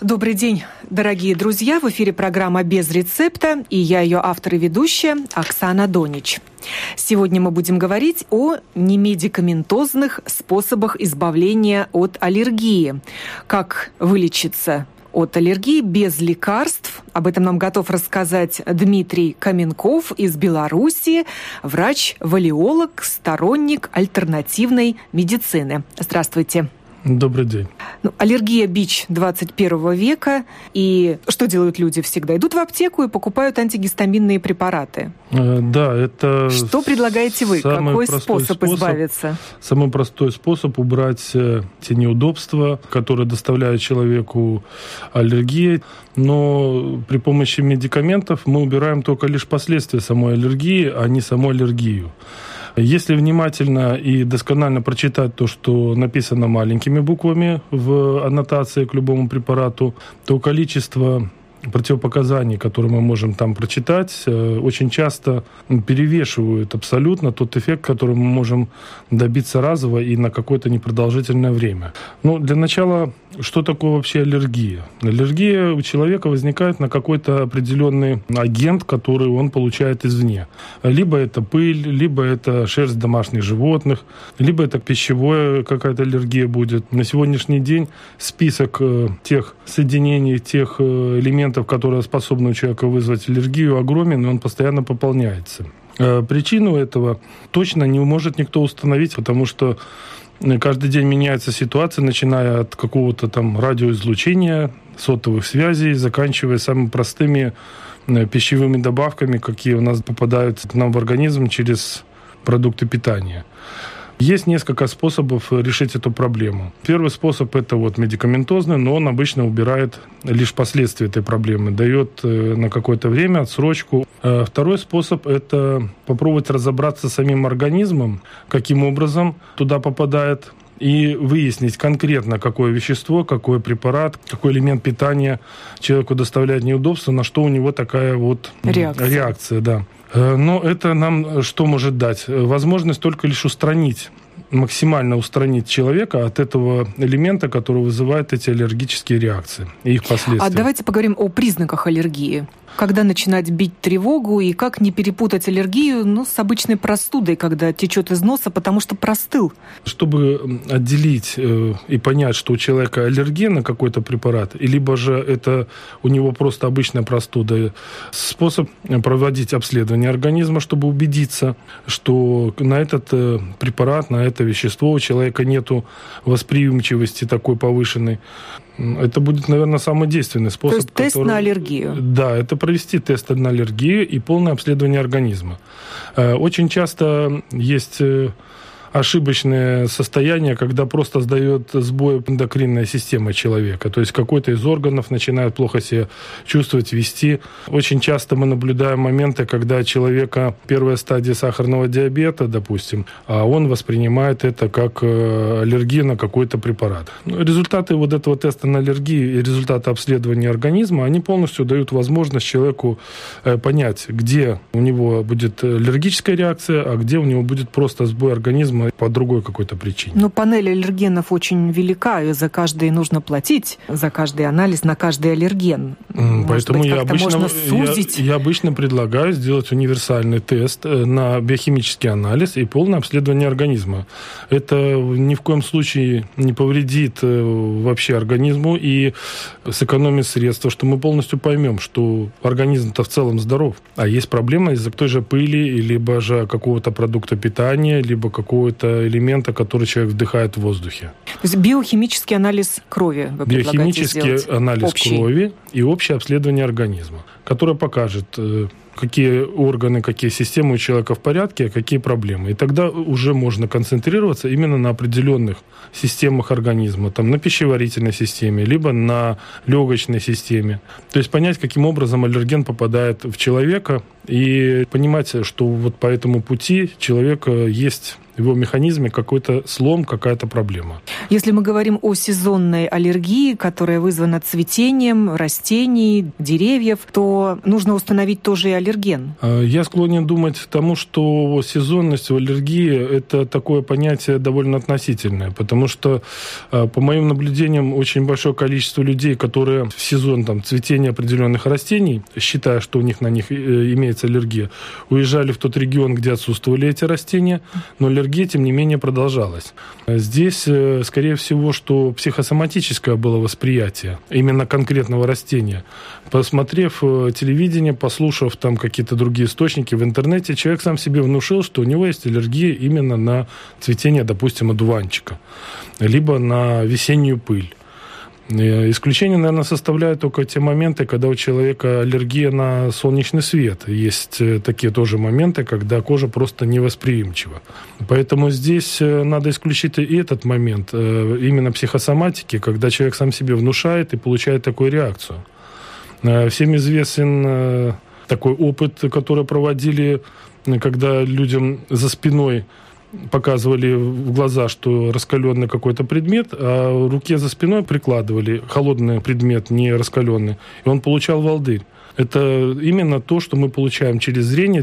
Добрый день, дорогие друзья. В эфире программа «Без рецепта», и я ее автор и ведущая Оксана Донич. Сегодня мы будем говорить о немедикаментозных способах избавления от аллергии. Как вылечиться от аллергии без лекарств. Об этом нам готов рассказать Дмитрий Каменков из Беларуси, врач-валеолог, сторонник альтернативной медицины. Здравствуйте. Добрый день. Аллергия – бич 21 века. И что делают люди всегда? Идут в аптеку и покупают антигистаминные препараты. Да, это... Что предлагаете вы? Какой способ избавиться? Самый простой способ убрать те неудобства, которые доставляют человеку аллергия. Но при помощи медикаментов мы убираем только лишь последствия самой аллергии, а не саму аллергию. Если внимательно и досконально прочитать то, что написано маленькими буквами в аннотации к любому препарату, то количество противопоказаний, которые мы можем там прочитать, очень часто перевешивают абсолютно тот эффект, который мы можем добиться разово и на какое-то непродолжительное время. Для начала, что такое вообще аллергия? Аллергия у человека возникает на какой-то определенный агент, который он получает извне. Либо это пыль, либо это шерсть домашних животных, либо это пищевая какая-то аллергия будет. На сегодняшний день список тех соединений, тех элементов, которые способны у человека вызвать аллергию, огромен, и он постоянно пополняется. Причину этого точно не может никто установить, потому что каждый день меняется ситуация, начиная от какого-то там радиоизлучения, сотовых связей, заканчивая самыми простыми пищевыми добавками, какие у нас попадают к нам в организм через продукты питания. Есть несколько способов решить эту проблему. Первый способ – это медикаментозный, но он обычно убирает лишь последствия этой проблемы, дает на какое-то время отсрочку. Второй способ – это попробовать разобраться с самим организмом, каким образом туда попадает, и выяснить конкретно, какое вещество, какой препарат, какой элемент питания человеку доставляет неудобства, на что у него такая реакция. Да. Но это нам что может дать? Возможность только лишь максимально устранить человека от этого элемента, который вызывает эти аллергические реакции и их последствия. А давайте поговорим о признаках аллергии. Когда начинать бить тревогу и как не перепутать аллергию с обычной простудой, когда течет из носа, потому что простыл? Чтобы отделить и понять, что у человека аллергия на какой-то препарат, либо же это у него просто обычная простуда, способ проводить обследование организма, чтобы убедиться, что на этот препарат, на это вещество у человека нету восприимчивости такой повышенной. Это будет, наверное, самый действенный способ. То есть тест на аллергию? Да, это провести тест на аллергию и полное обследование организма. Очень часто есть ошибочное состояние, когда просто сдает сбой эндокринная система человека. То есть какой-то из органов начинает плохо себя чувствовать, вести. Очень часто мы наблюдаем моменты, когда у человека первая стадия сахарного диабета, допустим, а он воспринимает это как аллергию на какой-то препарат. Результаты этого теста на аллергию и результаты обследования организма, они полностью дают возможность человеку понять, где у него будет аллергическая реакция, а где у него будет просто сбой организма по другой какой-то причине. Но панель аллергенов очень велика, и за каждый нужно платить, за каждый анализ на каждый аллерген. Поэтому я обычно предлагаю сделать универсальный тест на биохимический анализ и полное обследование организма. Это ни в коем случае не повредит вообще организму и сэкономит средства, что мы полностью поймем, что организм-то в целом здоров, а есть проблема из-за той же пыли, либо же какого-то продукта питания, либо какого-то элемента, который человек вдыхает в воздухе. То есть биохимический анализ крови вы предлагаете сделать? Биохимический анализ крови и общее обследование организма, которое покажет, какие органы, какие системы у человека в порядке, а какие проблемы. И тогда уже можно концентрироваться именно на определенных системах организма, на пищеварительной системе, либо на легочной системе. То есть понять, каким образом аллерген попадает в человека, и понимать, что по этому пути человека есть в его механизме какой-то слом, какая-то проблема. Если мы говорим о сезонной аллергии, которая вызвана цветением растений, деревьев, то нужно установить тоже и аллерген? Я склонен думать к тому, что сезонность в аллергии – это такое понятие довольно относительное, потому что, по моим наблюдениям, очень большое количество людей, которые в сезон цветения определенных растений, считая, что у них на них имеется аллергия, уезжали в тот регион, где отсутствовали эти растения, но аллергия, тем не менее, продолжалась. Здесь, скорее всего, что психосоматическое было восприятие именно конкретного растения. Посмотрев телевидение, послушав какие-то другие источники в интернете, человек сам себе внушил, что у него есть аллергия именно на цветение, допустим, одуванчика, либо на весеннюю пыль. Исключение, наверное, составляют только те моменты, когда у человека аллергия на солнечный свет. Есть такие тоже моменты, когда кожа просто невосприимчива. Поэтому здесь надо исключить и этот момент, именно психосоматики, когда человек сам себе внушает и получает такую реакцию. Всем известен такой опыт, который проводили, когда людям за спиной показывали в глаза, что раскаленный какой-то предмет, а руке за спиной прикладывали холодный предмет, не раскаленный, и он получал волдырь. Это именно то, что мы получаем через зрение,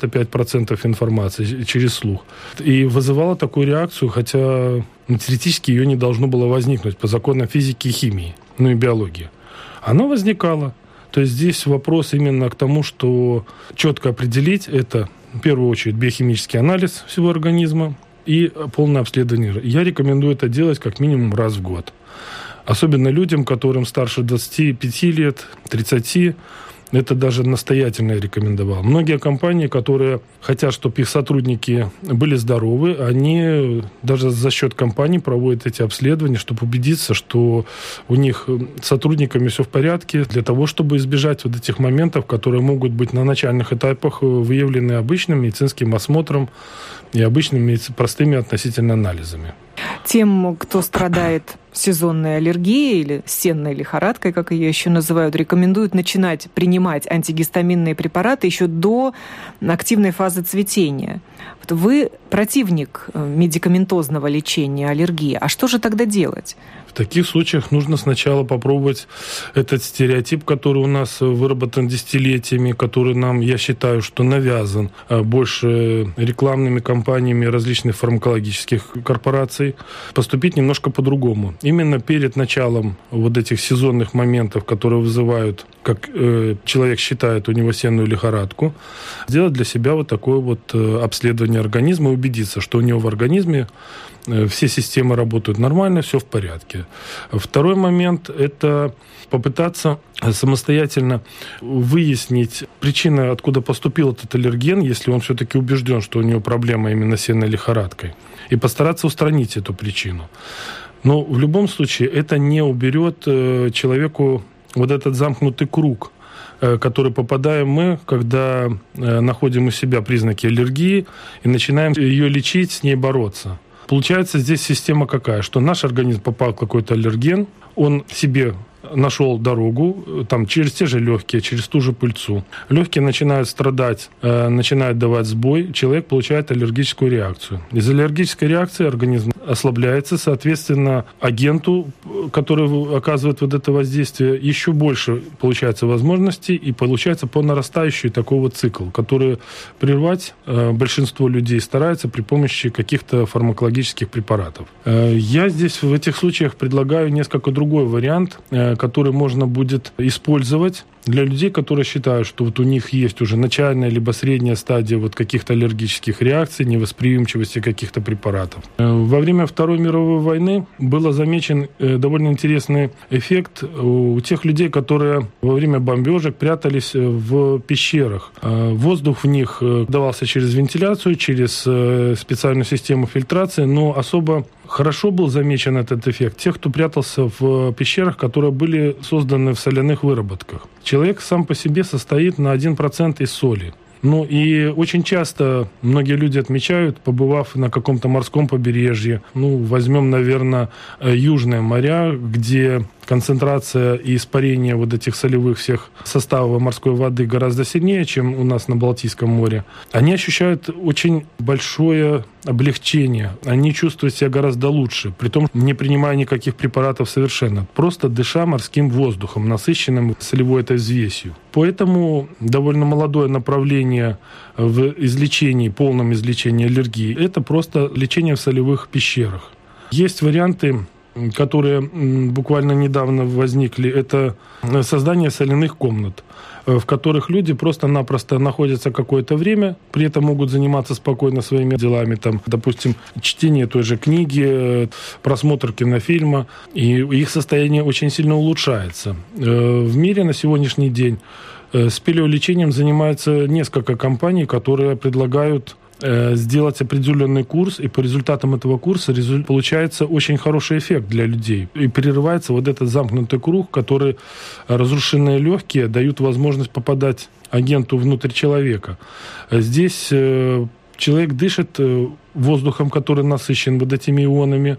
95% информации, через слух. И вызывало такую реакцию, хотя теоретически ее не должно было возникнуть по законам физики и химии, и биологии. Оно возникало. То есть здесь вопрос именно к тому, что четко определить это, в первую очередь, биохимический анализ всего организма и полное обследование. Я рекомендую это делать как минимум раз в год. Особенно людям, которым старше 25 лет, 30, это даже настоятельно я рекомендовал. Многие компании, которые хотят, чтобы их сотрудники были здоровы, они даже за счет компаний проводят эти обследования, чтобы убедиться, что у них с сотрудниками все в порядке, для того, чтобы избежать вот этих моментов, которые могут быть на начальных этапах выявлены обычным медицинским осмотром и обычными простыми относительно анализами. Тем, кто страдает сезонной аллергией или сенной лихорадкой, как ее еще называют, рекомендуют начинать принимать антигистаминные препараты еще до активной фазы цветения. Вы противник медикаментозного лечения аллергии. А что же тогда делать? В таких случаях нужно сначала попробовать этот стереотип, который у нас выработан десятилетиями, который нам, я считаю, что навязан больше рекламными кампаниями различных фармакологических корпораций, поступить немножко по-другому. Именно перед началом вот этих сезонных моментов, которые вызывают, как человек считает, у него сенную лихорадку, сделать для себя вот такое вот обследование организма и убедиться, что у него в организме все системы работают нормально, все в порядке. Второй момент – это попытаться самостоятельно выяснить причину, откуда поступил этот аллерген, если он все-таки убежден, что у него проблема именно с сенной лихорадкой, и постараться устранить эту причину. Но в любом случае это не уберет человеку вот этот замкнутый круг, который попадаем мы, когда находим у себя признаки аллергии и начинаем ее лечить, с ней бороться. Получается здесь система какая? Что наш организм попал в какой-то аллерген, он себе нашел дорогу через те же легкие, через ту же пыльцу. Легкие начинают страдать, начинают давать сбой, человек получает аллергическую реакцию. Из аллергической реакции организм ослабляется, соответственно, агенту, который оказывает вот это воздействие, еще больше получается возможностей, и получается по нарастающей такой вот цикл, который прервать большинство людей старается при помощи каких-то фармакологических препаратов. Я здесь в этих случаях предлагаю несколько другой вариант, который можно будет использовать для людей, которые считают, что вот у них есть уже начальная либо средняя стадия вот каких-то аллергических реакций, невосприимчивости каких-то препаратов. Во время Второй мировой войны был замечен довольно интересный эффект у тех людей, которые во время бомбежек прятались в пещерах. Воздух в них давался через вентиляцию, через специальную систему фильтрации, но особо хорошо был замечен этот эффект тех, кто прятался в пещерах, которые были созданы в соляных выработках. Человек сам по себе состоит на 1% из соли. Ну и очень часто многие люди отмечают, побывав на каком-то морском побережье, возьмем, наверное, южные моря, где концентрация и испарение вот этих солевых всех составов морской воды гораздо сильнее, чем у нас на Балтийском море, они ощущают очень большое облегчение. Они чувствуют себя гораздо лучше, притом не принимая никаких препаратов совершенно, просто дыша морским воздухом, насыщенным солевой этой взвесью. Поэтому довольно молодое направление в излечении, полном излечении аллергии, это просто лечение в солевых пещерах. Есть варианты, которые буквально недавно возникли, это создание соляных комнат, в которых люди просто-напросто находятся какое-то время, при этом могут заниматься спокойно своими делами, там, допустим, чтение той же книги, просмотр кинофильма, и их состояние очень сильно улучшается. В мире на сегодняшний день спелеолечением занимается несколько компаний, которые предлагают сделать определенный курс, и по результатам этого курса получается очень хороший эффект для людей. И прерывается вот этот замкнутый круг, который разрушенные легкие дают возможность попадать агенту внутрь человека. Здесь человек дышит воздухом, который насыщен вот этими ионами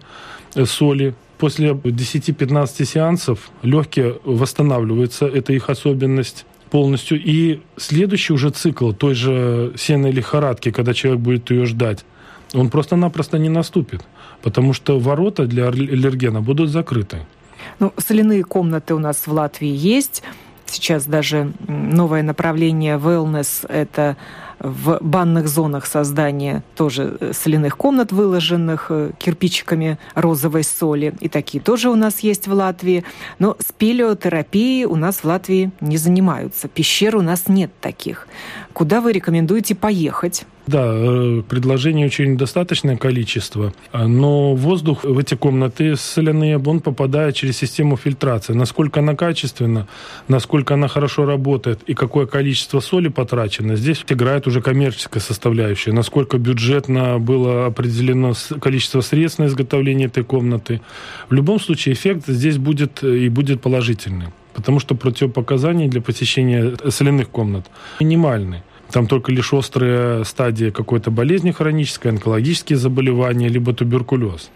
соли. После 10-15 сеансов легкие восстанавливаются, это их особенность полностью. И следующий уже цикл той же сенной лихорадки, когда человек будет ее ждать, он просто-напросто не наступит, потому что ворота для аллергена будут закрыты. Соляные комнаты у нас в Латвии есть. Сейчас даже новое направление wellness – это в банных зонах создание тоже соляных комнат, выложенных кирпичиками розовой соли. И такие тоже у нас есть в Латвии. Но спелеотерапией у нас в Латвии не занимаются. Пещер у нас нет таких. Куда вы рекомендуете поехать? Да, предложений очень достаточное количество, но воздух в эти комнаты соляные, он попадает через систему фильтрации. Насколько она качественна, насколько она хорошо работает и какое количество соли потрачено, здесь играет уже коммерческая составляющая. Насколько бюджетно было определено количество средств на изготовление этой комнаты. В любом случае эффект здесь будет и будет положительный, потому что противопоказания для посещения соляных комнат минимальны. Там только лишь острая стадия какой-то болезни хронической, онкологические заболевания, либо туберкулез.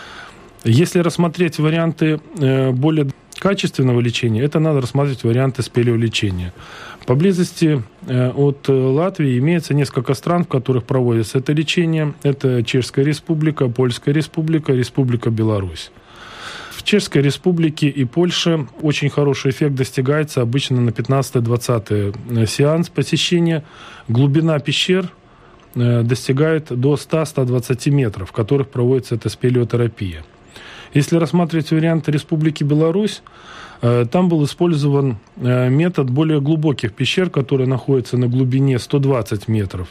Если рассмотреть варианты более качественного лечения, это надо рассматривать варианты спелеолечения. Поблизости от Латвии имеется несколько стран, в которых проводится это лечение. Это Чешская Республика, Польская Республика, Республика Беларусь. В Чешской Республике и Польше очень хороший эффект достигается обычно на 15-20 сеанс посещения. Глубина пещер достигает до 100-120 метров, в которых проводится эта спелеотерапия. Если рассматривать варианты Республики Беларусь, там был использован метод более глубоких пещер, которые находятся на глубине 120 метров.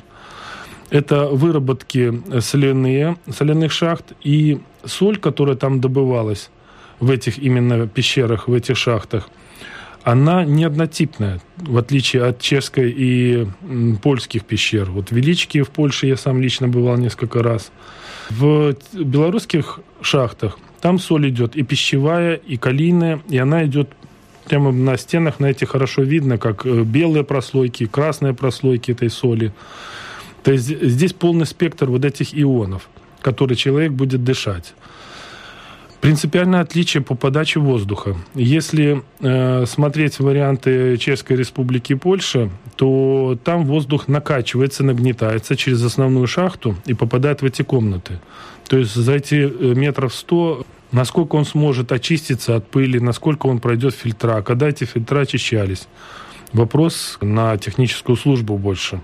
Это выработки соляных шахт, и соль, которая там добывалась в этих именно пещерах, в этих шахтах, она не однотипная, в отличие от чешской и польских пещер. Вот в Величке в Польше я сам лично бывал несколько раз. В белорусских шахтах там соль идет и пищевая, и калийная, и она идет прямо на стенах, на этих хорошо видно, как белые прослойки, красные прослойки этой соли. То есть здесь полный спектр вот этих ионов, которые человек будет дышать. Принципиальное отличие по подаче воздуха. Если смотреть варианты Чешской Республики и Польши, то там воздух накачивается, нагнетается через основную шахту и попадает в эти комнаты. То есть за эти метров 100, насколько он сможет очиститься от пыли, насколько он пройдет фильтра, когда эти фильтра очищались. Вопрос на техническую службу больше.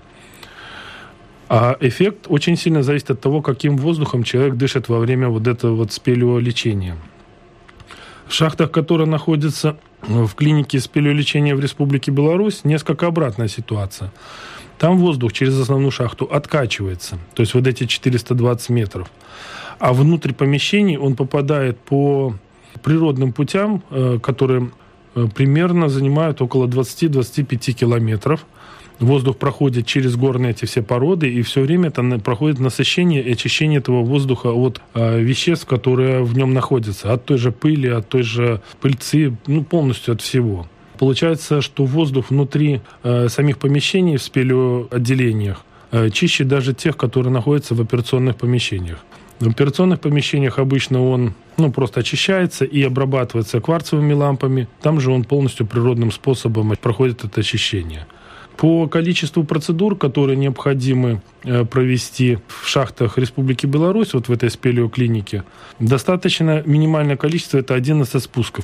А эффект очень сильно зависит от того, каким воздухом человек дышит во время вот этого вот спелеолечения. В шахтах, которые находятся в клинике спелеолечения в Республике Беларусь, несколько обратная ситуация. Там воздух через основную шахту откачивается, то есть вот эти 420 метров. А внутрь помещений он попадает по природным путям, которые примерно занимают около 20-25 километров. Воздух проходит через горные эти все породы, и все время там проходит насыщение и очищение этого воздуха от веществ, которые в нем находятся. От той же пыли, от той же пыльцы, полностью от всего. Получается, что воздух внутри самих помещений в спелеоотделениях чище даже тех, которые находятся в операционных помещениях. В операционных помещениях обычно он просто очищается и обрабатывается кварцевыми лампами. Там же он полностью природным способом проходит это очищение. По количеству процедур, которые необходимы провести в шахтах Республики Беларусь, в этой спелеоклинике, достаточно минимальное количество – это 11 спусков,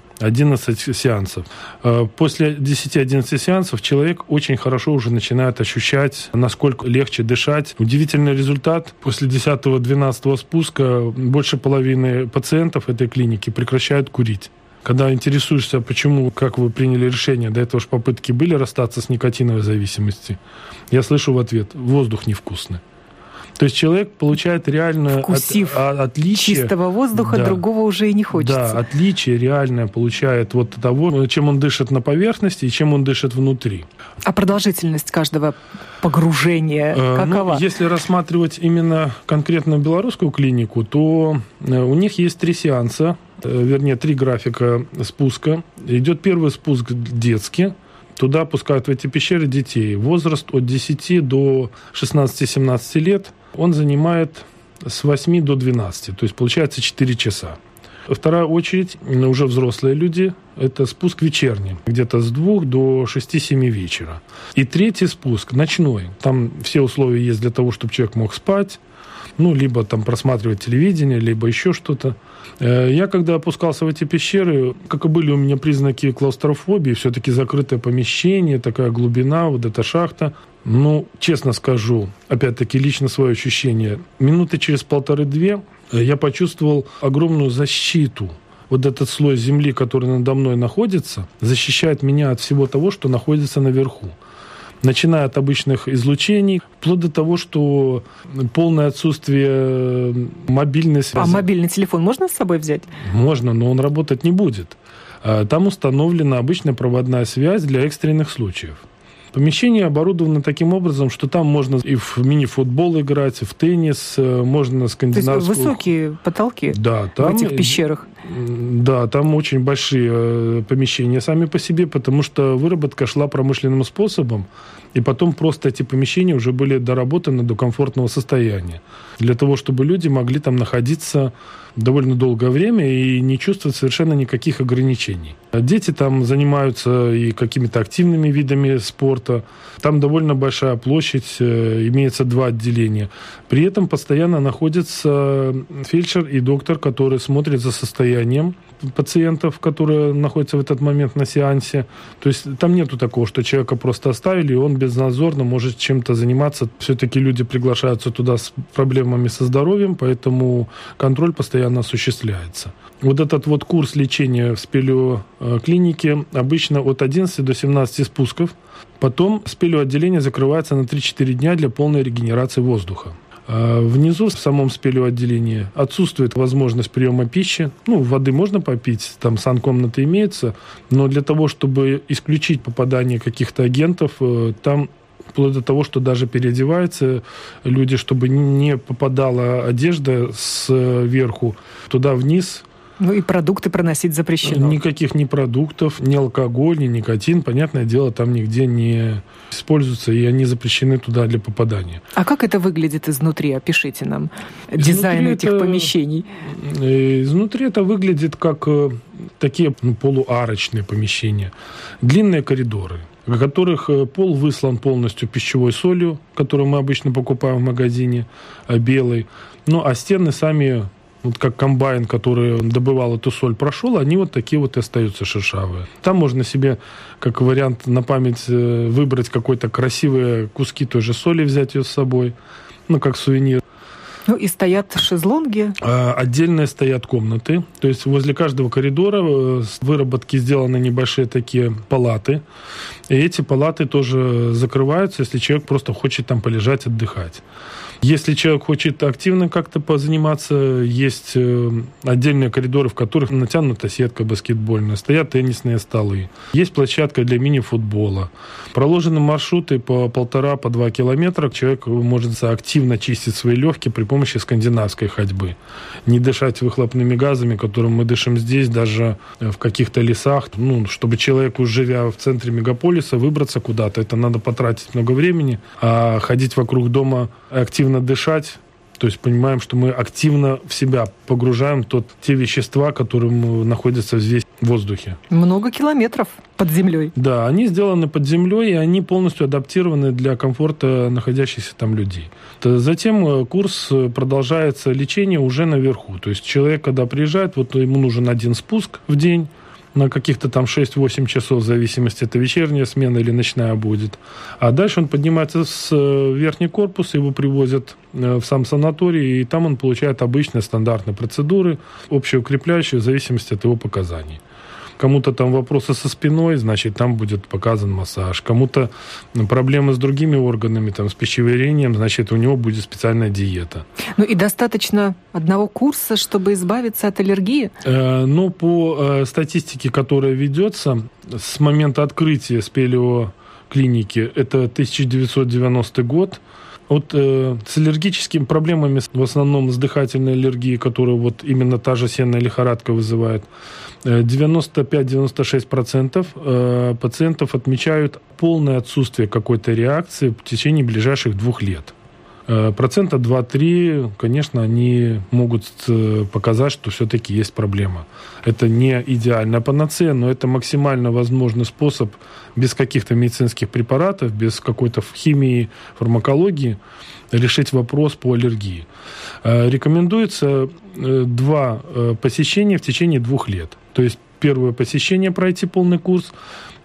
11 сеансов. После 10-11 сеансов человек очень хорошо уже начинает ощущать, насколько легче дышать. Удивительный результат. После 10-12 спуска больше половины пациентов этой клиники прекращают курить. Когда интересуешься, почему, как вы приняли решение, до этого же попытки были расстаться с никотиновой зависимостью, я слышу в ответ: воздух невкусный. То есть человек получает реальное отличие. Чистого воздуха, да, другого уже и не хочется. Да, отличие реальное получает от того, чем он дышит на поверхности и чем он дышит внутри. А продолжительность каждого погружения какова? Если рассматривать именно конкретно белорусскую клинику, то у них есть 3 сеанса, 3 графика спуска. Идет первый спуск детский. Туда пускают в эти пещеры детей. Возраст от 10 до 16-17 лет. Он занимает с 8 до 12. То есть получается 4 часа. Вторая очередь, уже взрослые люди, это спуск вечерний, где-то с 2 до 6-7 вечера. И третий спуск ночной. Там все условия есть для того, чтобы человек мог спать, либо там просматривать телевидение, либо еще что-то. Я, когда опускался в эти пещеры, как и были у меня признаки клаустрофобии, все-таки закрытое помещение, такая глубина, эта шахта. Честно скажу, опять-таки лично свое ощущение, минуты через 1,5-2 я почувствовал огромную защиту. Этот слой земли, который надо мной находится, защищает меня от всего того, что находится наверху. Начиная от обычных излучений, вплоть до того, что полное отсутствие мобильной связи. А мобильный телефон можно с собой взять? Можно, но он работать не будет. Там установлена обычная проводная связь для экстренных случаев. Помещение оборудовано таким образом, что там можно и в мини-футбол играть, и в теннис, можно скандинавскую... То есть высокие потолки, да, там, в этих пещерах? Да, там очень большие помещения сами по себе, потому что выработка шла промышленным способом, и потом просто эти помещения уже были доработаны до комфортного состояния. Для того, чтобы люди могли там находиться довольно долгое время и не чувствовать совершенно никаких ограничений. Дети там занимаются и какими-то активными видами спорта. Там довольно большая площадь, имеется 2 отделения. При этом постоянно находится фельдшер и доктор, которые смотрят за состоянием пациентов, которые находятся в этот момент на сеансе. То есть там нету такого, что человека просто оставили, и он безнадзорно может чем-то заниматься. Все-таки люди приглашаются туда с проблемами со здоровьем, поэтому контроль постоянно осуществляется. Этот курс лечения в спелеоклинике обычно от 11 до 17 спусков. Потом спелеоотделение закрывается на 3-4 дня для полной регенерации воздуха. Внизу, в самом спелеоотделении, отсутствует возможность приема пищи. Воды можно попить, там санкомната имеется, но для того, чтобы исключить попадание каких-то агентов, там вплоть до того, что даже переодеваются люди, чтобы не попадала одежда сверху туда вниз. И продукты проносить запрещено. Никаких ни продуктов, ни алкоголь, ни никотин, понятное дело, там нигде не используются, и они запрещены туда для попадания. А как это выглядит изнутри? Опишите нам дизайн этих помещений. Изнутри это выглядит как такие полуарочные помещения. Длинные коридоры, в которых пол выслан полностью пищевой солью, которую мы обычно покупаем в магазине, белой. А стены сами... как комбайн, который добывал эту соль, прошел, они такие и остаются шершавые. Там можно себе, как вариант, на память выбрать какой-то красивые куски той же соли, взять ее с собой, как сувенир. И стоят шезлонги? Отдельно стоят комнаты. То есть возле каждого коридора с выработки сделаны небольшие такие палаты. И эти палаты тоже закрываются, если человек просто хочет там полежать, отдыхать. Если человек хочет активно как-то позаниматься, есть отдельные коридоры, в которых натянута сетка баскетбольная, стоят теннисные столы. Есть площадка для мини-футбола. Проложены маршруты по 1,5-2 километра. Человек может активно чистить свои легкие при помощи скандинавской ходьбы. Не дышать выхлопными газами, которым мы дышим здесь, даже в каких-то лесах. Чтобы человеку, живя в центре мегаполиса, выбраться куда-то, это надо потратить много времени. А ходить вокруг дома, активно дышать, То есть понимаем, что мы активно в себя погружаем те вещества, которые находятся здесь в воздухе. Много километров под землей. Да, они сделаны под землей, и они полностью адаптированы для комфорта находящихся там людей. Затем курс продолжается лечение уже наверху. То есть человек, когда приезжает, ему нужен один спуск в день, на каких-то там 6-8 часов, в зависимости, это вечерняя смена или ночная будет. А дальше он поднимается с верхний корпус, его привозят в сам санаторий, и там он получает обычные стандартные процедуры, общеукрепляющие, в зависимости от его показаний. Кому-то там вопросы со спиной, значит, там будет показан массаж. Кому-то проблемы с другими органами, там, с пищеварением, значит, у него будет специальная диета. И достаточно одного курса, чтобы избавиться от аллергии? По статистике, которая ведется, с момента открытия спелеоклиники, это 1990 год, с аллергическими проблемами, в основном с дыхательной аллергией, которую именно та же сенная лихорадка вызывает, 95-96% пациентов отмечают полное отсутствие какой-то реакции в течение ближайших 2 лет. 2-3%, конечно, они могут показать, что все-таки есть проблема. Это не идеальная панацея, но это максимально возможный способ без каких-то медицинских препаратов, без какой-то химии, фармакологии решить вопрос по аллергии. Рекомендуется 2 посещения в течение 2 лет. То есть первое посещение пройти полный курс,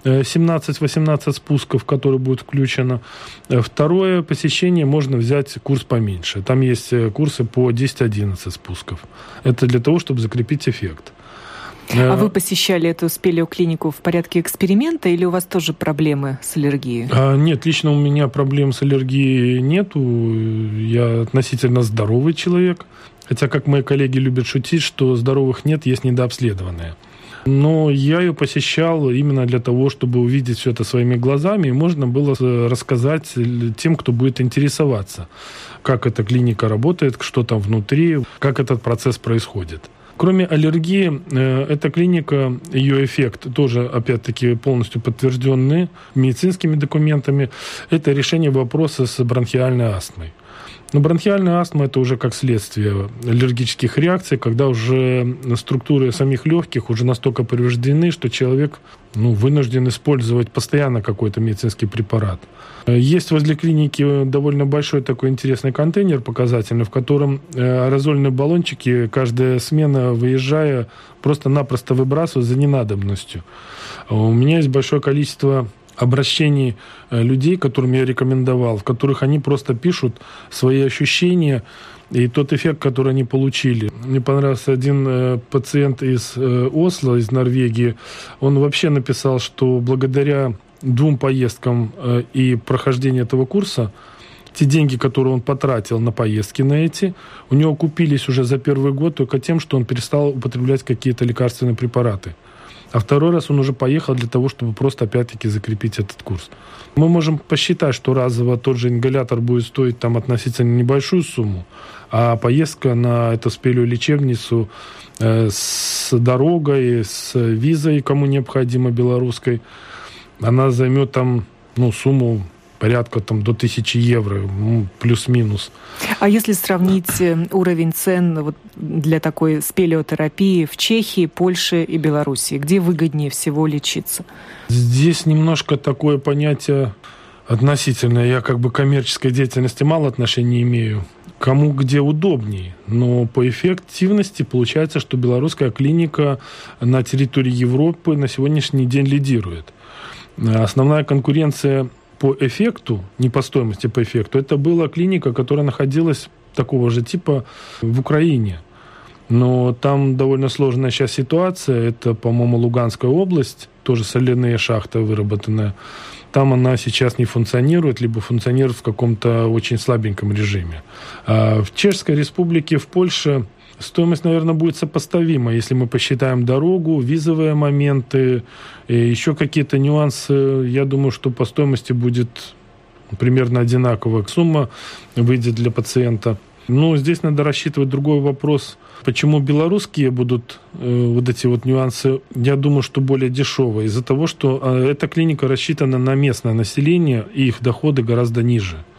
17-18 спусков, которые будут включено. Второе посещение можно взять курс поменьше. Там есть курсы по 10-11 спусков. Это для того, чтобы закрепить эффект. А вы посещали эту спелеоклинику в порядке эксперимента или у вас тоже проблемы с аллергией? Нет, лично у меня проблем с аллергией нету. Я относительно здоровый человек. Хотя, как мои коллеги любят шутить, что здоровых нет, есть недообследованные. Но я ее посещал именно для того, чтобы увидеть все это своими глазами, и можно было рассказать тем, кто будет интересоваться, как эта клиника работает, что там внутри, как этот процесс происходит. Кроме аллергии, эта клиника, ее эффект тоже, опять-таки, полностью подтвержденный медицинскими документами, это решение вопроса с бронхиальной астмой. Но бронхиальная астма – это уже как следствие аллергических реакций, когда уже структуры самих легких уже настолько повреждены, что человек вынужден использовать постоянно какой-то медицинский препарат. Есть возле клиники довольно большой такой интересный контейнер показательный, в котором аэрозольные баллончики, каждая смена, выезжая, просто-напросто выбрасывают за ненадобностью. У меня есть большое количество обращений людей, которым я рекомендовал, в которых они просто пишут свои ощущения и тот эффект, который они получили. Мне понравился один пациент из Осло, из Норвегии. Он вообще написал, что благодаря 2 поездкам и прохождению этого курса, те деньги, которые он потратил на поездки на эти, у него купились уже за 1 год только тем, что он перестал употреблять какие-то лекарственные препараты. А 2 раз он уже поехал для того, чтобы просто опять-таки закрепить этот курс. Мы можем посчитать, что разово тот же ингалятор будет стоить там относительно небольшую сумму, а поездка на эту спелеолечебницу с дорогой, с визой, кому необходимо, белорусской, она займет там сумму порядка до 1000 евро, плюс-минус. А если сравнить уровень цен для такой спелеотерапии в Чехии, Польше и Белоруссии, где выгоднее всего лечиться? Здесь немножко такое понятие относительное. Я к коммерческой деятельности мало отношения имею. Кому где удобнее. Но по эффективности получается, что белорусская клиника на территории Европы на сегодняшний день лидирует. Основная конкуренция по эффекту, не по стоимости, по эффекту, это была клиника, которая находилась такого же типа в Украине. Но там довольно сложная сейчас ситуация. Это, по-моему, Луганская область, тоже соляные шахты выработанная. Там она сейчас не функционирует, либо функционирует в каком-то очень слабеньком режиме. А в Чешской Республике, в Польше стоимость, наверное, будет сопоставима, если мы посчитаем дорогу, визовые моменты, и еще какие-то нюансы. Я думаю, что по стоимости будет примерно одинаковая сумма, выйдет для пациента. Но здесь надо рассчитывать другой вопрос. Почему белорусские будут эти нюансы, я думаю, что более дешевые. Из-за того, что эта клиника рассчитана на местное население, и их доходы гораздо ниже.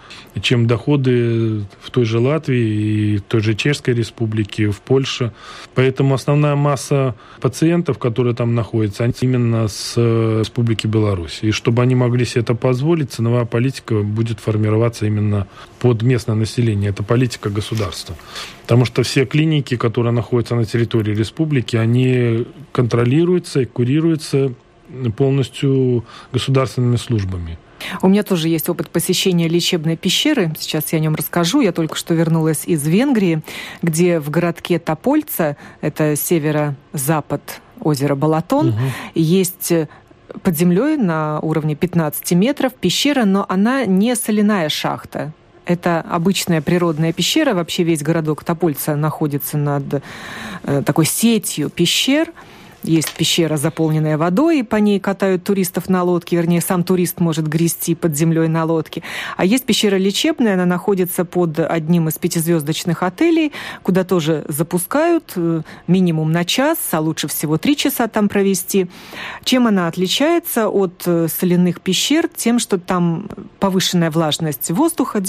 чем доходы в той же Латвии и в той же Чешской Республике, в Польше. Поэтому основная масса пациентов, которые там находятся, они именно с Республики Беларусь. И чтобы они могли себе это позволить, ценовая политика будет формироваться именно под местное население. Это политика государства. Потому что все клиники, которые находятся на территории республики, они контролируются и курируются полностью государственными службами. У меня тоже есть опыт посещения лечебной пещеры. Сейчас я о нем расскажу. Я только что вернулась из Венгрии, где в городке Топольца, это северо-запад озера Балатон, есть под землей на уровне 15 метров пещера, но она не соляная шахта. Это обычная природная пещера. Вообще весь городок Топольца находится над такой сетью пещер. Есть пещера, заполненная водой, и по ней катают туристов на лодке, вернее, сам турист может грести под землей на лодке. А есть пещера лечебная, она находится под одним из 5-звездочных отелей, куда тоже запускают минимум на час, а лучше всего 3 часа там провести. Чем она отличается от соляных пещер? Тем, что там повышенная влажность воздуха,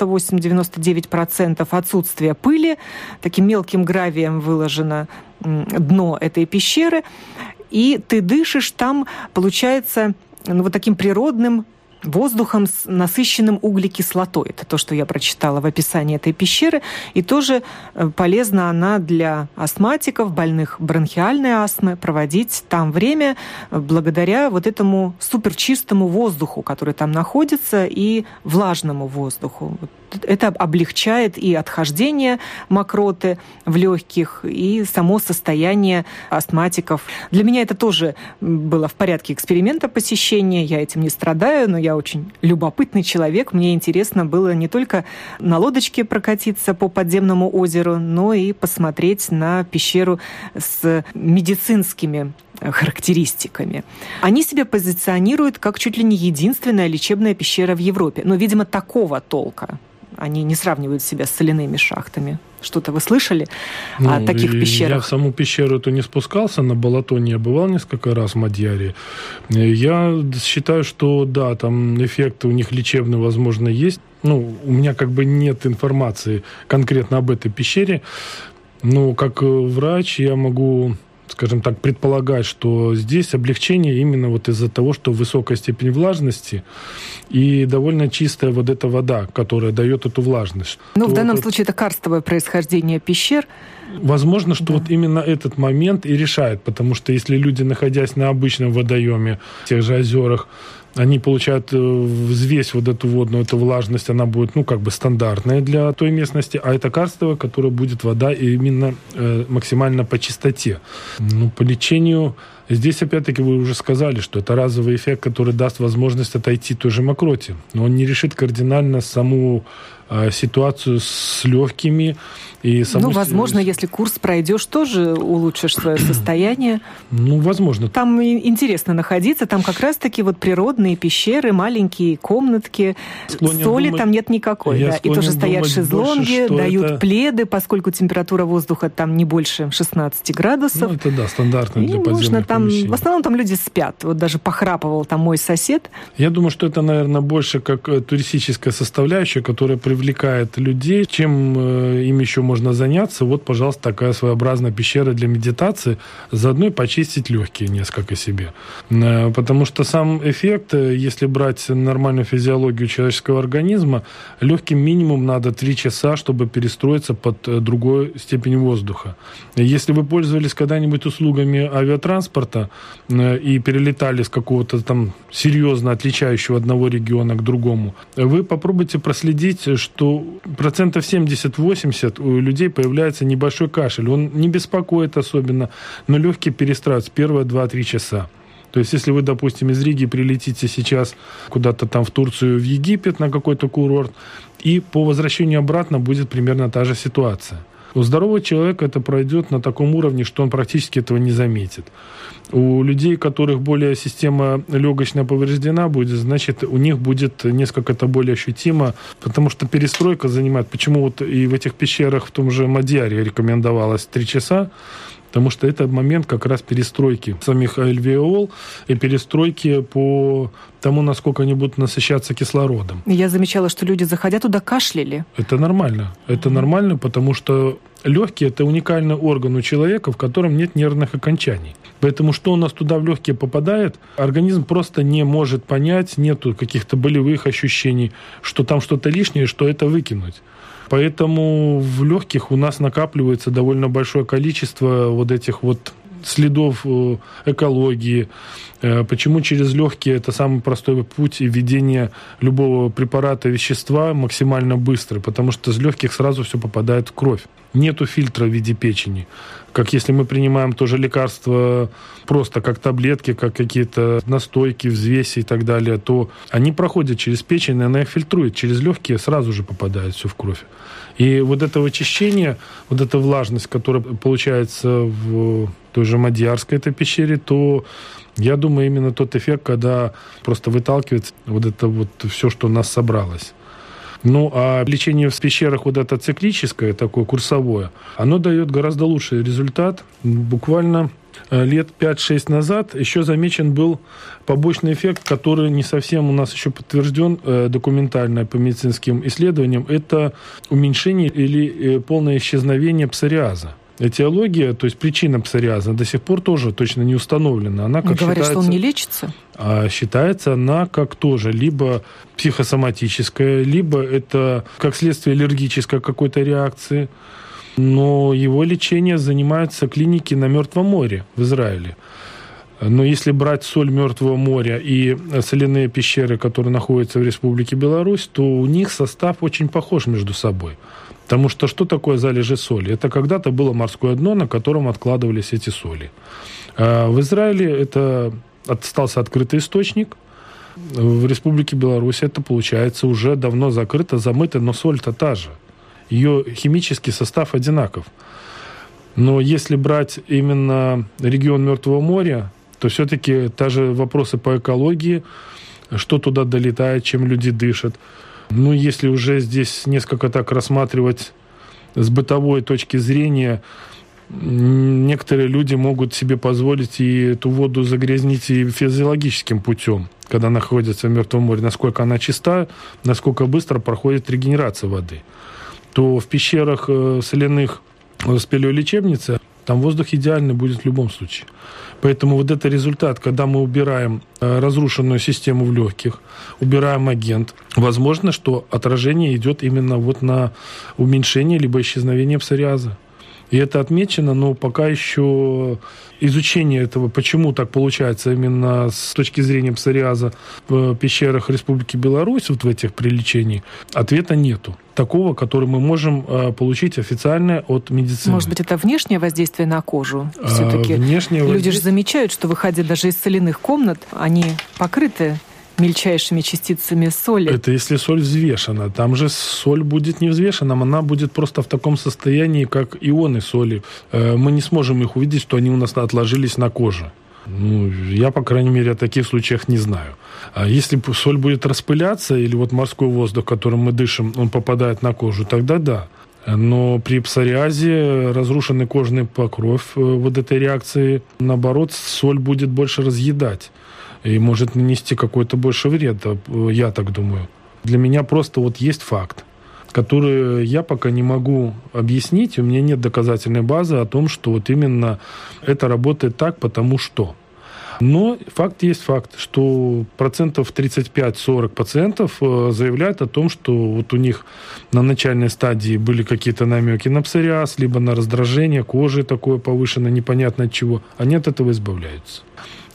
98-99%, отсутствие пыли, таким мелким гравием выложено дно этой пещеры, и ты дышишь там, получается, вот таким природным воздухом с насыщенным углекислотой. Это то, что я прочитала в описании этой пещеры. И тоже полезна она для астматиков, больных бронхиальной астмы, проводить там время благодаря вот этому суперчистому воздуху, который там находится, и влажному воздуху. Это облегчает и отхождение мокроты в легких, и само состояние астматиков. Для меня это тоже было в порядке эксперимента посещения. Я этим не страдаю, но я очень любопытный человек. Мне интересно было не только на лодочке прокатиться по подземному озеру, но и посмотреть на пещеру с медицинскими характеристиками. Они себя позиционируют как чуть ли не единственная лечебная пещера в Европе. Но, видимо, такого толка. Они не сравнивают себя с соляными шахтами. Что-то вы слышали о таких пещерах? Я в саму пещеру то не спускался, на Балатоне я бывал несколько раз в Мадьяре. Я считаю, что да, там эффект у них лечебный, возможно, есть. У меня как бы нет информации конкретно об этой пещере, но как врач я могу, скажем так, предполагать, что здесь облегчение именно вот из-за того, что высокая степень влажности и довольно чистая вот эта вода, которая дает эту влажность. В данном случае это карстовое происхождение пещер. Возможно, что вот именно этот момент и решает, потому что если люди, находясь на обычном водоеме, в тех же озерах, они получают взвесь вот эту водную, эту влажность, она будет, стандартная для той местности, а это карстовая, которая будет вода именно максимально по чистоте. По лечению здесь, опять-таки, вы уже сказали, что это разовый эффект, который даст возможность отойти той же мокроте, но он не решит кардинально саму ситуацию с легкими. И возможно, если курс пройдешь, тоже улучшишь свое состояние. Возможно. Там интересно находиться, там как раз-таки вот природные пещеры, маленькие комнатки, соли там нет никакой. Да. И тоже стоят шезлонги, дают пледы, поскольку температура воздуха там не больше 16 градусов. Это да, стандартно для подземных помещений. В основном там люди спят. Вот даже похрапывал там мой сосед. Я думаю, что это, наверное, больше как туристическая составляющая, которая привлекает людей. Чем им еще можно заняться? Вот, пожалуйста, такая своеобразная пещера для медитации. Заодно и почистить легкие несколько себе. Потому что сам эффект, если брать нормальную физиологию человеческого организма, легким минимум надо 3 часа, чтобы перестроиться под другой степень воздуха. Если вы пользовались когда-нибудь услугами авиатранспорта и перелетали с какого-то там серьезно отличающего одного региона к другому, вы попробуйте проследить, что 70-80% у людей появляется небольшой кашель. Он не беспокоит особенно, но легкие перестраиваются первые 2-3 часа. То есть, если вы, допустим, из Риги прилетите сейчас куда-то там в Турцию, в Египет на какой-то курорт, и по возвращению обратно будет примерно та же ситуация. У здорового человека это пройдет на таком уровне, что он практически этого не заметит. У людей, у которых более система легочная повреждена будет, значит, у них будет несколько это более ощутимо, потому что перестройка занимает. Почему вот и в этих пещерах в том же Мадьяре рекомендовалось 3 часа, Потому что это момент как раз перестройки самих альвеол и перестройки по тому, насколько они будут насыщаться кислородом. Я замечала, что люди, заходя туда, кашляли. Это нормально. Это нормально, потому что легкие – это уникальный орган у человека, в котором нет нервных окончаний. Поэтому что у нас туда в легкие попадает, организм просто не может понять, нету каких-то болевых ощущений, что там что-то лишнее, что это выкинуть. Поэтому в легких у нас накапливается довольно большое количество вот этих вот следов экологии. Почему через легкие это самый простой путь введения любого препарата, вещества максимально быстрый? Потому что из легких сразу все попадает в кровь. Нету фильтра в виде печени. Как если мы принимаем тоже лекарства просто как таблетки, как какие-то настойки, взвеси и так далее, то они проходят через печень, и она их фильтрует. Через легкие сразу же попадает все в кровь. И вот это очищение, вот эта влажность, которая получается в той же Мадьярской этой пещере, то я думаю, именно тот эффект, когда просто выталкивается вот это вот все, что у нас собралось. Ну, а лечение в пещерах вот это циклическое, такое курсовое, оно дает гораздо лучший результат. Буквально лет 5-6 назад еще замечен был побочный эффект, который не совсем у нас еще подтвержден документально по медицинским исследованиям. Это уменьшение или полное исчезновение псориаза. Этиология, то есть причина псориаза, до сих пор тоже точно не установлена. Она, как говорят, что он не лечится? Считается она как тоже либо психосоматическая, либо это как следствие аллергической какой-то реакции. Но его лечение занимаются клиники на Мертвом море в Израиле. Но если брать соль Мертвого моря и соляные пещеры, которые находятся в Республике Беларусь, то у них состав очень похож между собой. Потому что такое залежи соли? Это когда-то было морское дно, на котором откладывались эти соли. В Израиле это остался открытый источник. В Республике Беларусь это, получается, уже давно закрыто, замыто, но соль-то та же. Ее химический состав одинаков. Но если брать именно регион Мертвого моря, то все-таки даже вопросы по экологии, что туда долетает, чем люди дышат. Ну, если уже здесь несколько так рассматривать с бытовой точки зрения, некоторые люди могут себе позволить и эту воду загрязнить и физиологическим путем, когда находятся в Мертвом море, насколько она чиста, насколько быстро проходит регенерация воды. То в пещерах соляных спелеолечебницы там воздух идеальный будет в любом случае. Поэтому вот это результат, когда мы убираем разрушенную систему в легких, убираем агент, возможно, что отражение идет именно вот на уменьшение либо исчезновение псориаза. И это отмечено, но пока еще изучение этого, почему так получается именно с точки зрения псориаза в пещерах Республики Беларусь, вот в этих при лечении, ответа нету. Такого, который мы можем получить официально от медицины. Может быть, это внешнее воздействие на кожу? Все-таки люди же замечают, что, выходя даже из соляных комнат, они покрыты мельчайшими частицами соли. Это если соль взвешена. Там же соль будет не взвешена, она будет просто в таком состоянии, как ионы соли. Мы не сможем их увидеть, что они у нас отложились на коже. Ну, я, по крайней мере, о таких случаях не знаю. А если соль будет распыляться, или вот морской воздух, которым мы дышим, он попадает на кожу, тогда да. Но при псориазе разрушенный кожный покров вот этой реакции, наоборот, соль будет больше разъедать и может нанести какой-то больше вред, я так думаю. Для меня просто вот есть факт, который я пока не могу объяснить, у меня нет доказательной базы о том, что вот именно это работает так, потому что. Но факт есть факт, что 35-40 пациентов заявляют о том, что вот у них на начальной стадии были какие-то намеки на псориаз, либо на раздражение кожи такое повышенное, непонятно от чего. Они от этого избавляются.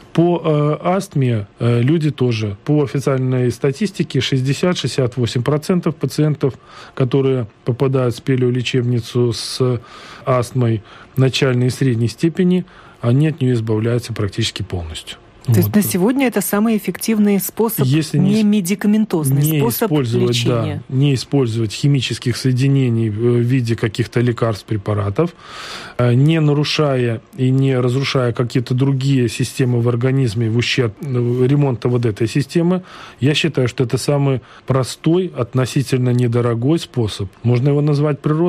По астме люди тоже, по официальной статистике, 60-68% пациентов, которые попадают в спелеолечебницу с астмой начальной и средней степени, они от нее избавляются практически полностью. То есть на сегодня это самый эффективный способ, не медикаментозный способ лечения. Да, не использовать химических соединений в виде каких-то лекарств, препаратов, не нарушая и не разрушая какие-то другие системы в организме в ущерб ремонта вот этой системы. Я считаю, что это самый простой, относительно недорогой способ. Можно его назвать природным.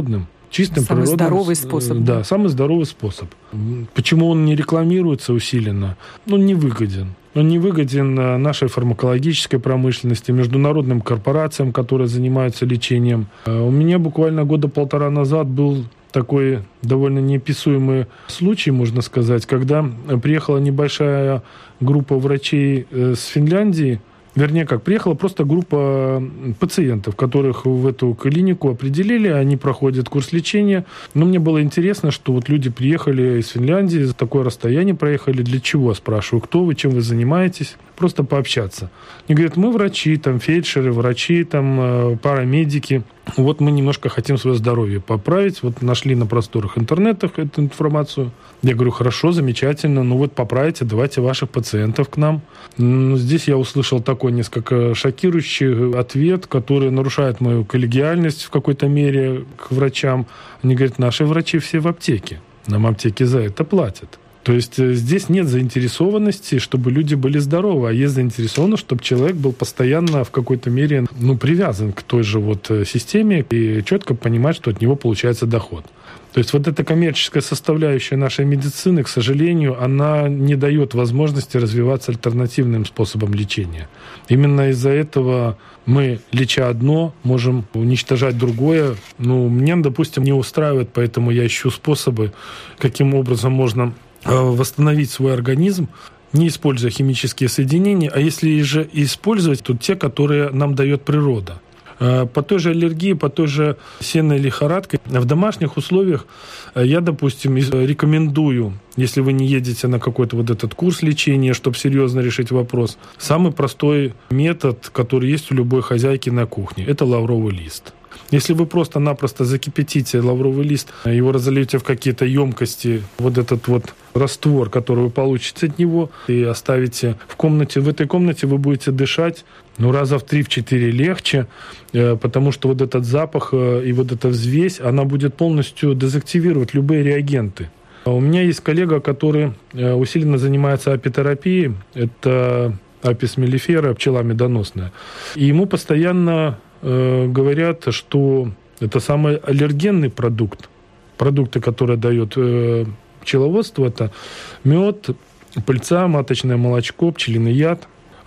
чистым, самый природным... здоровый способ. Да, самый здоровый способ. Почему он не рекламируется усиленно? Он не выгоден. Он не выгоден нашей фармакологической промышленности, международным корпорациям, которые занимаются лечением. У меня буквально года 1,5 назад был такой довольно неописуемый случай, можно сказать, когда приехала небольшая группа врачей с Финляндии. Вернее, приехала просто группа пациентов, которых в эту клинику определили, они проходят курс лечения. Но мне было интересно, что вот люди приехали из Финляндии, за такое расстояние проехали. Для чего? Спрашиваю, кто вы, чем вы занимаетесь? Просто пообщаться. Они говорят, мы врачи, фельдшеры, врачи, парамедики. Вот мы немножко хотим свое здоровье поправить. Вот нашли на просторах интернета эту информацию. Я говорю, хорошо, замечательно. Поправите, давайте ваших пациентов к нам. Здесь я услышал такой несколько шокирующий ответ, который нарушает мою коллегиальность в какой-то мере к врачам. Они говорят, наши врачи все в аптеке. Нам аптеки за это платят. То есть здесь нет заинтересованности, чтобы люди были здоровы, а есть заинтересованность, чтобы человек был постоянно в какой-то мере привязан к той же системе и четко понимать, что от него получается доход. То есть эта коммерческая составляющая нашей медицины, к сожалению, она не дает возможности развиваться альтернативным способом лечения. Именно из-за этого мы, леча одно, можем уничтожать другое. Меня, допустим, не устраивает, поэтому я ищу способы, каким образом можно восстановить свой организм, не используя химические соединения, а если же использовать, то те, которые нам дает природа. По той же аллергии, по той же сенной лихорадке в домашних условиях я, допустим, рекомендую, если вы не едете на какой-то этот курс лечения, чтобы серьезно решить вопрос, самый простой метод, который есть у любой хозяйки на кухне, это лавровый лист. Если вы просто-напросто закипятите лавровый лист, его разольете в какие-то емкости, этот раствор, который вы получите от него, и оставите в комнате. В этой комнате вы будете дышать раза в 3-4 легче, потому что этот запах и эта взвесь, она будет полностью дезактивировать любые реагенты. У меня есть коллега, который усиленно занимается апитерапией. Это апис меллифера, пчела медоносная. И ему постоянно говорят, что это самый аллергенный продукт. Продукты, которые дает пчеловодство, это мед, пыльца, маточное молочко, пчелиный яд.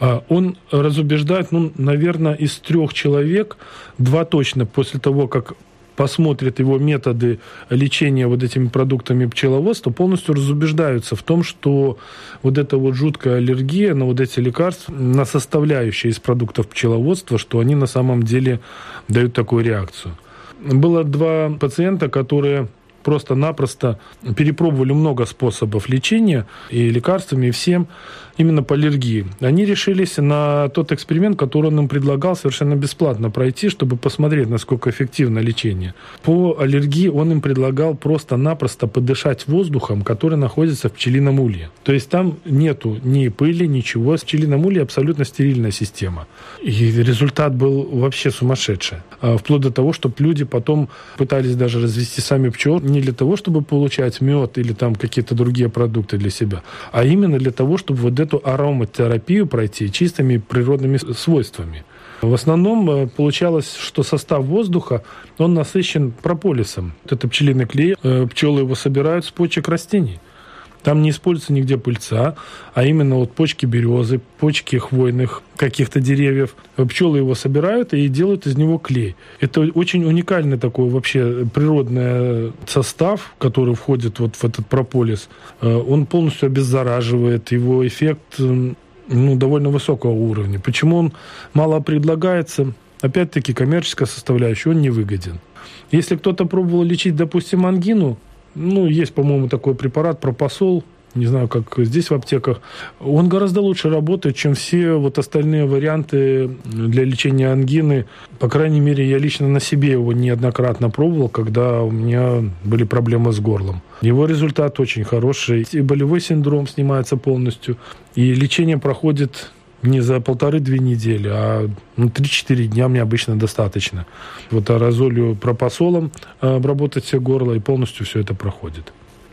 Он разубеждает, наверное, из 3 человек, 2 точно после того, как посмотрят его методы лечения этими продуктами пчеловодства, полностью разубеждаются в том, что эта жуткая аллергия на эти лекарства, на составляющие из продуктов пчеловодства, что они на самом деле дают такую реакцию. Было 2 пациента, которые просто-напросто перепробовали много способов лечения и лекарствами, и всем, именно по аллергии. Они решились на тот эксперимент, который он им предлагал совершенно бесплатно пройти, чтобы посмотреть, насколько эффективно лечение. По аллергии он им предлагал просто-напросто подышать воздухом, который находится в пчелином улье. То есть там нету ни пыли, ничего. В пчелином улье абсолютно стерильная система. И результат был вообще сумасшедший. Вплоть до того, чтобы люди потом пытались даже развести сами пчел не для того, чтобы получать мед или какие-то другие продукты для себя, а именно для того, чтобы эту ароматерапию пройти чистыми природными свойствами. В основном получалось, что состав воздуха, он насыщен прополисом. Это пчелиный клей. Пчелы его собирают с почек растений. Там не используется нигде пыльца, а именно почки березы, почки хвойных каких-то деревьев. Пчелы его собирают и делают из него клей. Это очень уникальный такой вообще природный состав, который входит в этот прополис. Он полностью обеззараживает, его эффект довольно высокого уровня. Почему он мало предлагается? Опять-таки коммерческая составляющая, он не выгоден. Если кто-то пробовал лечить, допустим, ангину, есть, по-моему, такой препарат Пропосол, не знаю, как здесь в аптеках, он гораздо лучше работает, чем все остальные варианты для лечения ангины. По крайней мере, я лично на себе его неоднократно пробовал, когда у меня были проблемы с горлом. Его результат очень хороший. И болевой синдром снимается полностью, и лечение проходит не за 1,5-2 недели, а 3-4 дня мне обычно достаточно. Аэрозолью пропосолом обработать все горло, и полностью все это проходит.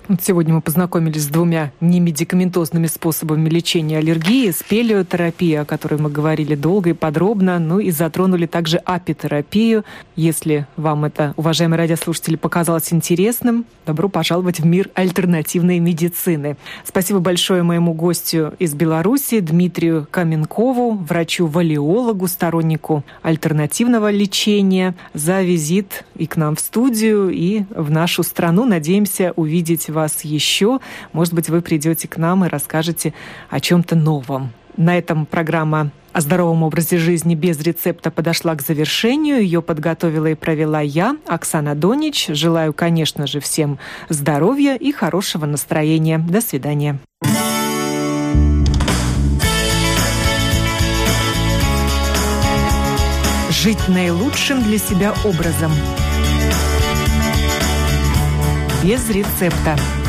Сегодня мы познакомились с двумя немедикаментозными способами лечения аллергии, спелеотерапией, о которой мы говорили долго и подробно, и затронули также апитерапию. Если вам это, уважаемые радиослушатели, показалось интересным, добро пожаловать в мир альтернативной медицины. Спасибо большое моему гостю из Беларуси Дмитрию Каменкову, врачу-валиологу, стороннику альтернативного лечения, за визит и к нам в студию, и в нашу страну. Надеемся увидеть вас еще. Может быть, вы придете к нам и расскажете о чем-то новом. На этом программа о здоровом образе жизни без рецепта подошла к завершению. Ее подготовила и провела я, Оксана Донич. Желаю, конечно же, всем здоровья и хорошего настроения. До свидания. Жить наилучшим для себя образом. Без рецепта.